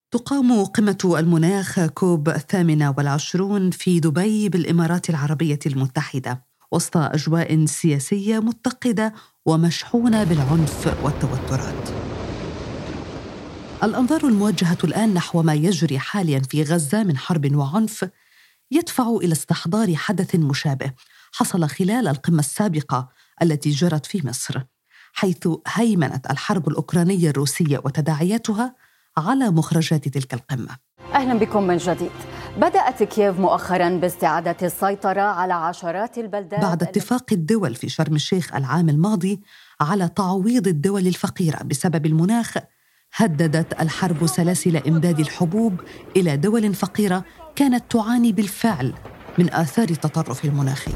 تقام قمة المناخ كوب 28 في دبي بالإمارات العربية المتحدة وسط أجواء سياسية متقدة ومشحونة بالعنف والتوترات. الأنظار الموجهة الآن نحو ما يجري حالياً في غزة من حرب وعنف يدفع إلى استحضار حدث مشابه حصل خلال القمة السابقة التي جرت في مصر، حيث هيمنت الحرب الأوكرانية الروسية وتداعياتها على مخرجات تلك القمة. أهلا بكم من جديد. بدأت كييف مؤخرا باستعادة السيطرة على عشرات البلدات بعد اتفاق الدول في شرم الشيخ العام الماضي على تعويض الدول الفقيرة بسبب المناخ. هددت الحرب سلاسل إمداد الحبوب إلى دول فقيرة كانت تعاني بالفعل من آثار التطرف المناخي.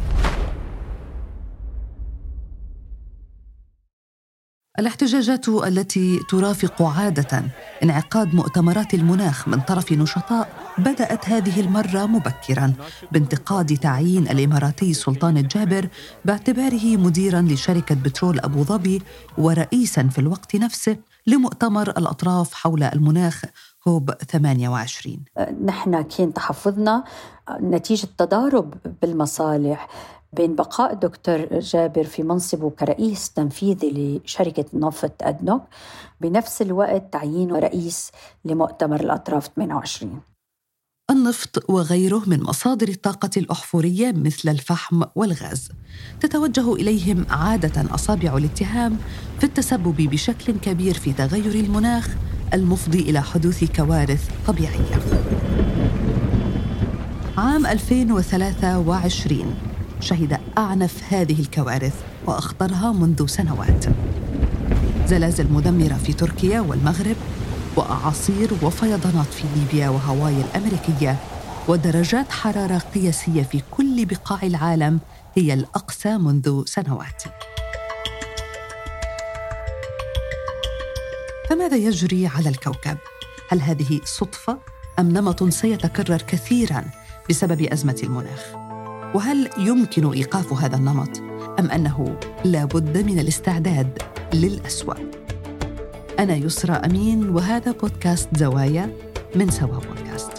الاحتجاجات التي ترافق عادة انعقاد مؤتمرات المناخ من طرف نشطاء بدأت هذه المرة مبكراً بانتقاد تعيين الإماراتي سلطان الجابر باعتباره مديراً لشركة بترول أبو ظبي ورئيساً في الوقت نفسه لمؤتمر الأطراف حول المناخ كوب 28. نحن كان تحفظنا نتيجة تضارب بالمصالح بين بقاء دكتور جابر في منصبه كرئيس تنفيذي لشركة نفط أدنوك، بنفس الوقت تعيينه رئيس لمؤتمر الأطراف 28. النفط وغيره من مصادر الطاقة الأحفورية مثل الفحم والغاز تتوجه إليهم عادة أصابع الاتهام في التسبب بشكل كبير في تغير المناخ المفضي إلى حدوث كوارث طبيعية. عام 2023 شهد أعنف هذه الكوارث وأخطرها منذ سنوات: زلازل مدمرة في تركيا والمغرب، وأعاصير وفيضانات في ليبيا وهاواي الأمريكية، ودرجات حرارة قياسية في كل بقاع العالم هي الأقصى منذ سنوات. فماذا يجري على الكوكب؟ هل هذه صدفة أم نمط سيتكرر كثيراً بسبب أزمة المناخ؟ وهل يمكن إيقاف هذا النمط أم أنه لا بد من الاستعداد للأسوأ؟ أنا يسرى أمين وهذا بودكاست زوايا من سوا بودكاست.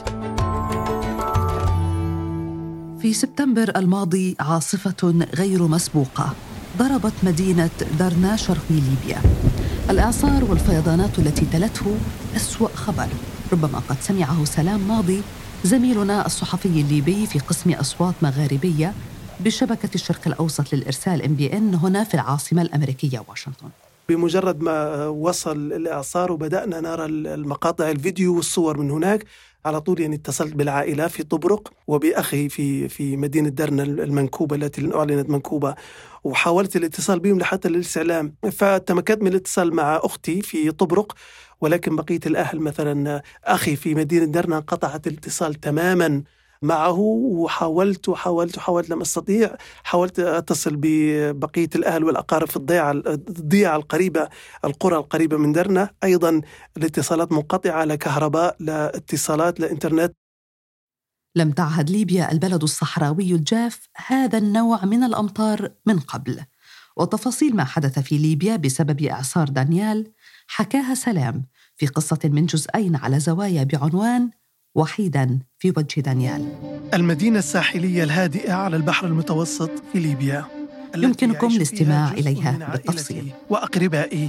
في سبتمبر الماضي عاصفة غير مسبوقة ضربت مدينة درنا شرقي ليبيا. الإعصار والفيضانات التي تلته أسوأ خبر ربما قد سمعه سلام ماضي زميلنا الصحفي الليبي في قسم أصوات مغاربية بشبكة الشرق الأوسط للإرسال MBN هنا في العاصمة الأمريكية واشنطن. بمجرد ما وصل الإعصار وبدأنا نرى المقاطع الفيديو والصور من هناك، على طول اتصلت بالعائلة في طبرق وبأخي في مدينة درنا المنكوبة التي أعلنت منكوبة، وحاولت الاتصال بهم لحتى الاستعلام، فتمكنت من الاتصال مع أختي في طبرق، ولكن بقية الأهل مثلا أخي في مدينة درنا قطعت الاتصال تماما معه، وحاولت لم أستطيع. حاولت أتصل ببقية الأهل والأقارب في الضيعة القريبة، القرى القريبة من درنا، أيضا الاتصالات منقطعة، لا كهرباء لا اتصالات لا إنترنت. لم تعهد ليبيا البلد الصحراوي الجاف هذا النوع من الأمطار من قبل، وتفاصيل ما حدث في ليبيا بسبب إعصار دانيال حكاها سلام في قصة من جزئين على زوايا بعنوان وحيداً في وجه دانيال. المدينة الساحلية الهادئة على البحر المتوسط في ليبيا يمكنكم الاستماع إليها بالتفصيل. وأقربائي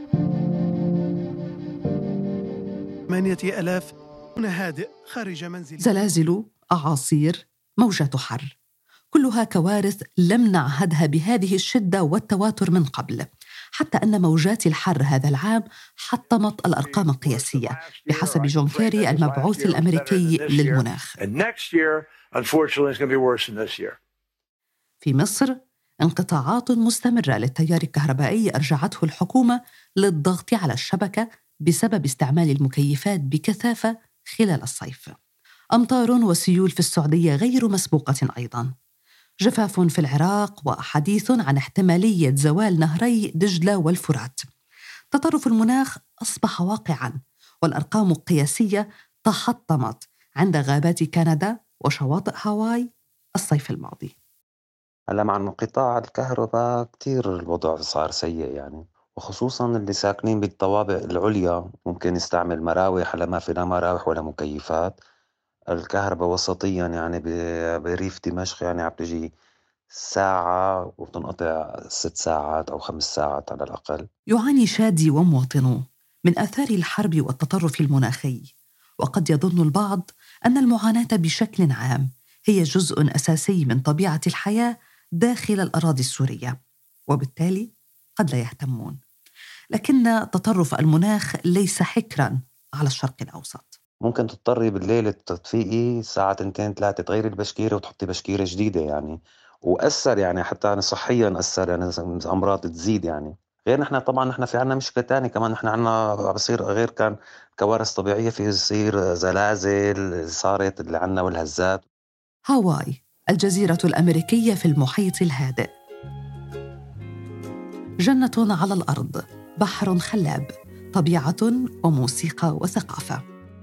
8,000 هنا هادئ خارج منزل. زلازل، أعاصير، موجات حر، كلها كوارث لم نعهدها بهذه الشدة والتواتر من قبل، حتى أن موجات الحر هذا العام حطمت الأرقام القياسية بحسب جون كيري المبعوث الأمريكي للمناخ. في مصر انقطاعات مستمرة للتيار الكهربائي أرجعته الحكومة للضغط على الشبكة بسبب استعمال المكيفات بكثافة خلال الصيف. أمطار وسيول في السعودية غير مسبوقة أيضاً. جفاف في العراق وحديث عن احتمالية زوال نهري دجلة والفرات. تطرف المناخ أصبح واقعاً، والأرقام القياسية تحطمت عند غابات كندا وشواطئ هاواي الصيف الماضي. هلا مع انقطاع الكهرباء كتير الوضع صار سيء يعني، وخصوصا اللي ساكنين بالطوابق العليا ممكن يستعمل مراوح، على ما فينا مراوح ولا مكيفات. الكهرباء وسطيا يعني بريف دمشق يعني عم تجي ساعة وبتنقطع 6 ساعات أو 5 ساعات على الأقل. يعاني شادي ومواطنوه من آثار الحرب والتطرف المناخي، وقد يظن البعض أن المعاناة بشكل عام هي جزء أساسي من طبيعة الحياة داخل الأراضي السورية، وبالتالي قد لا يهتمون. لكن تطرف المناخ ليس حكراً على الشرق الأوسط. ممكن تضطري بالليل تطفئي ساعة 2-3 تغيري البشكيرة وتحطي بشكيرة جديدة يعني، وأثر يعني حتى صحيا أثر يعني أمراض تزيد يعني. غير نحن في عنا مشكلة تانية كمان، نحن عنا بصير غير كان كوارث طبيعية، في يصير زلازل صارت اللي عنا والهزات. هاواي الجزيرة الأمريكية في المحيط الهادئ، جنة على الأرض، بحر خلاب، طبيعة وموسيقى وثقافة.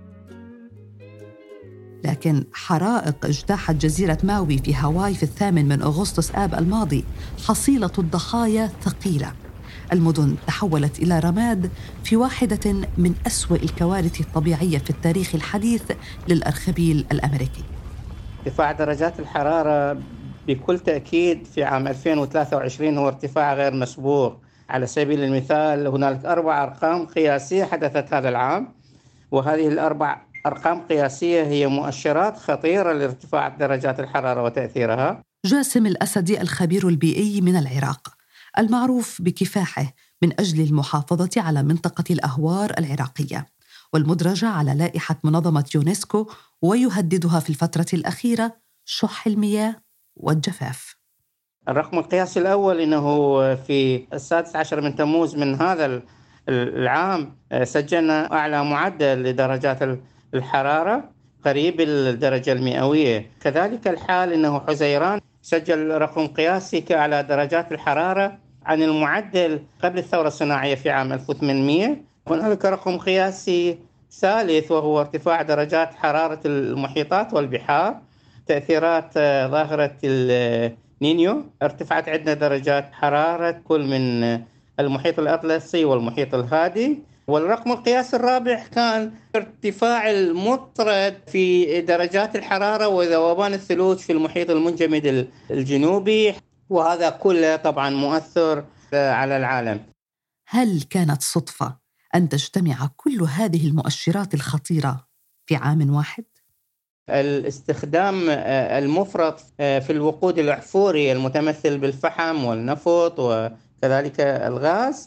لكن حرائق اجتاحت جزيرة ماوي في هاواي في 8 أغسطس آب الماضي حصيلة الضحايا ثقيلة. المدن تحولت إلى رماد في واحدة من أسوأ الكوارث الطبيعية في التاريخ الحديث للأرخبيل الأمريكي. ارتفاع درجات الحرارة بكل تأكيد في عام 2023 هو ارتفاع غير مسبوق. على سبيل المثال هناك 4 أرقام قياسية حدثت هذا العام، وهذه ال4 أرقام قياسية هي مؤشرات خطيرة لارتفاع درجات الحرارة وتأثيرها. جاسم الأسدي الخبير البيئي من العراق، المعروف بكفاحه من أجل المحافظة على منطقة الأهوار العراقية والمدرجة على لائحة منظمة يونسكو، ويهددها في الفترة الأخيرة شح المياه والجفاف. الرقم القياسي الأول أنه في 16 من تموز من هذا العام سجلنا أعلى معدل لدرجات الحرارة قريب الدرجة المئوية. كذلك الحال أنه حزيران سجل رقم قياسي كأعلى درجات الحرارة عن المعدل قبل الثورة الصناعية في عام 1800. هناك رقم قياسي ثالث وهو ارتفاع درجات حرارة المحيطات والبحار، تأثيرات ظاهرة النينيو. ارتفعت عندنا درجات حرارة كل من المحيط الأطلسي والمحيط الهادي. والرقم القياسي الرابع كان ارتفاع المطرد في درجات الحرارة وذوبان الثلوج في المحيط المنجمد الجنوبي، وهذا كله طبعا مؤثر على العالم. هل كانت صدفة أن تجتمع كل هذه المؤشرات الخطيرة في عام واحد؟ الاستخدام المفرط في الوقود الأحفوري المتمثل بالفحم والنفط وكذلك الغاز،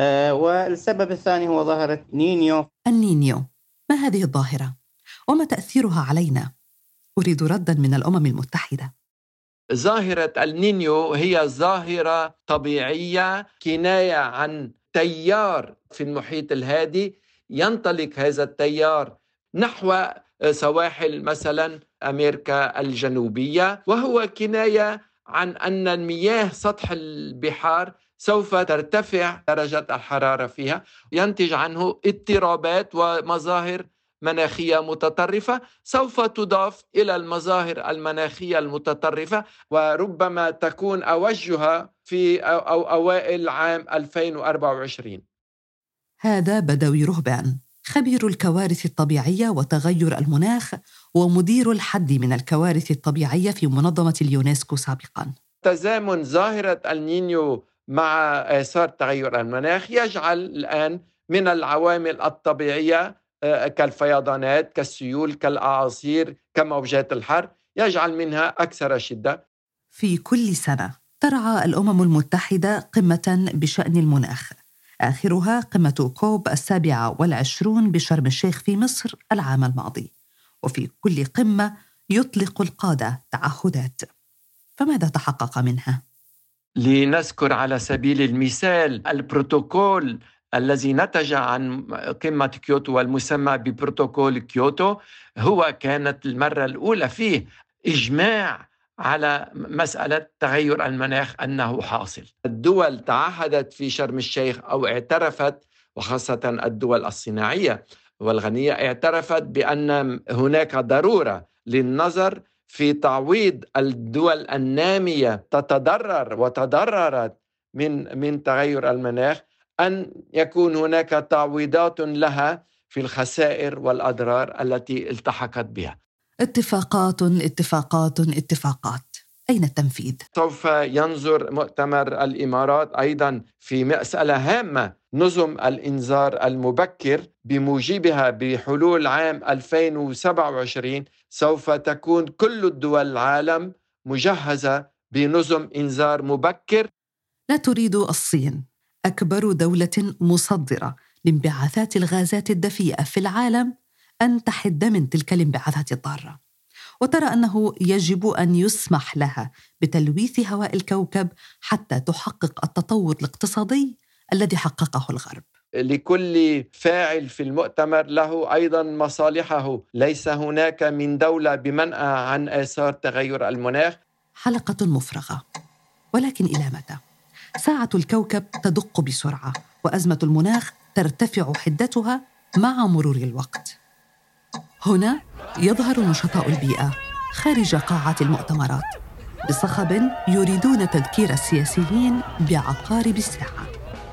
والسبب الثاني هو ظاهرة نينيو. النينيو، ما هذه الظاهرة؟ وما تأثيرها علينا؟ أريد رداً من الأمم المتحدة. ظاهرة النينيو هي ظاهرة طبيعية، كناية عن تيار في المحيط الهادي. ينطلق هذا التيار نحو سواحل مثلا أمريكا الجنوبية، وهو كناية عن أن المياه سطح البحار سوف ترتفع درجة الحرارة فيها، ينتج عنه اضطرابات ومظاهر مناخية متطرفة سوف تضاف إلى المظاهر المناخية المتطرفة، وربما تكون أوجها في أوائل عام 2024. هذا بدوي رهبان، خبير الكوارث الطبيعية وتغير المناخ ومدير الحد من الكوارث الطبيعية في منظمة اليونسكو سابقاً. تزامن ظاهرة النينيو مع آثار تغير المناخ يجعل الآن من العوامل الطبيعية كالفيضانات، كالسيول، كالأعاصير، كموجات الحر، يجعل منها أكثر شدة. في كل سنة ترعى الأمم المتحدة قمة بشأن المناخ، آخرها قمة كوب 27 بشرم الشيخ في مصر العام الماضي، وفي كل قمة يطلق القادة تعهدات. فماذا تحقق منها؟ لنذكر على سبيل المثال البروتوكول الذي نتج عن قمة كيوتو والمسمى ببروتوكول كيوتو، هو كانت المرة الأولى فيه إجماع على مسألة تغير المناخ أنه حاصل. الدول تعهدت في شرم الشيخ أو اعترفت، وخاصة الدول الصناعية والغنية اعترفت بأن هناك ضرورة للنظر في تعويض الدول النامية تتضرر وتضررت من تغير المناخ، أن يكون هناك تعويضات لها في الخسائر والأضرار التي التحقت بها. اتفاقات. أين التنفيذ؟ سوف ينظر مؤتمر الإمارات أيضا في مسألة هامة، نظم الإنذار المبكر. بموجبها بحلول عام 2027 سوف تكون كل الدول العالم مجهزة بنظم إنذار مبكر. لا تريد الصين، أكبر دولة مصدرة لانبعاثات الغازات الدفيئة في العالم، أن تحد من تلك الانبعاثات الضارة، وترى أنه يجب أن يسمح لها بتلويث هواء الكوكب حتى تحقق التطور الاقتصادي الذي حققه الغرب. لكل فاعل في المؤتمر له أيضا مصالحه، ليس هناك من دولة بمنأى عن آثار تغير المناخ. حلقة مفرغة، ولكن إلى متى؟ ساعة الكوكب تدق بسرعة، وأزمة المناخ ترتفع حدتها مع مرور الوقت. هنا يظهر نشطاء البيئة خارج قاعات المؤتمرات بصخب يريدون تذكير السياسيين بعقارب الساعة.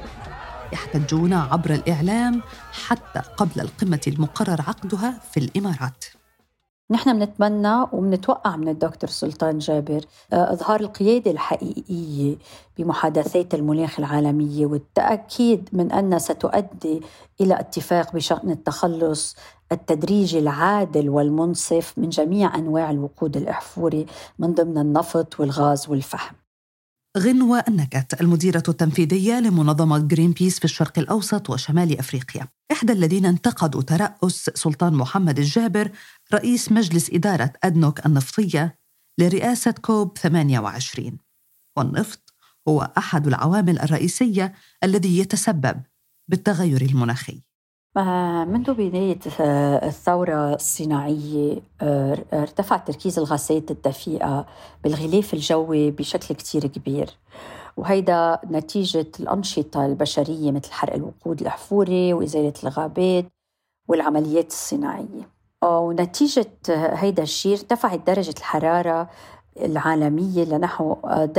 يحتجون عبر الإعلام حتى قبل القمة المقرر عقدها في الإمارات. نحن بنتمنى وبنتوقع من الدكتور سلطان جابر إظهار القيادة الحقيقية بمحادثات المناخ العالمية، والتأكيد من أنها ستؤدي إلى اتفاق بشأن التخلص التدريجي العادل والمنصف من جميع أنواع الوقود الأحفوري من ضمن النفط والغاز والفحم. غنوة النكت، المديرة التنفيذية لمنظمة جرين بيس في الشرق الأوسط وشمال أفريقيا، إحدى الذين انتقدوا ترأس سلطان محمد الجابر رئيس مجلس إدارة أدنوك النفطية لرئاسة كوب 28. والنفط هو أحد العوامل الرئيسية الذي يتسبب بالتغير المناخي. منذ بداية الثورة الصناعية ارتفع تركيز الغازات الدفيئة بالغلاف الجوي بشكل كتير كبير، وهيدا نتيجة الأنشطة البشرية مثل حرق الوقود الأحفوري وإزالة الغابات والعمليات الصناعية. ونتيجة هيدا الشيء ارتفعت درجة الحرارة العالمية لنحو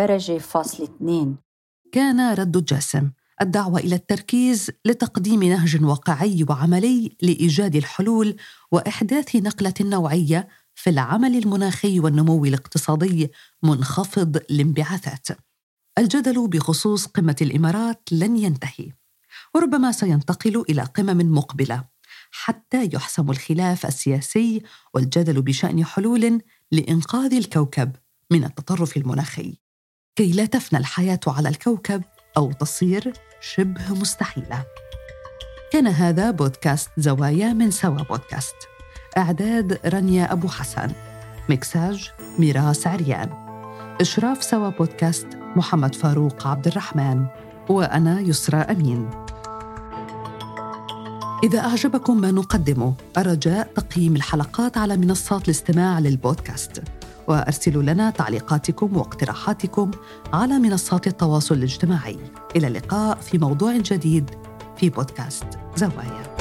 1.2. كان رد جاسم الدعوة إلى التركيز لتقديم نهج واقعي وعملي لإيجاد الحلول وإحداث نقلة نوعية في العمل المناخي والنمو الاقتصادي منخفض الانبعاثات. الجدل بخصوص قمة الإمارات لن ينتهي، وربما سينتقل إلى قمم مقبلة حتى يحسم الخلاف السياسي والجدل بشأن حلول لإنقاذ الكوكب من التطرف المناخي، كي لا تفنى الحياة على الكوكب أو تصير شبه مستحيلة. كان هذا بودكاست زوايا من سوا بودكاست. إعداد رانيا أبو حسن، مكساج ميراس عريان، إشراف سوا بودكاست محمد فاروق عبد الرحمن، وأنا يسرى أمين. إذا أعجبكم ما نقدمه، أرجاء تقييم الحلقات على منصات الاستماع للبودكاست، وأرسلوا لنا تعليقاتكم واقتراحاتكم على منصات التواصل الاجتماعي. إلى اللقاء في موضوع جديد في بودكاست زوايا.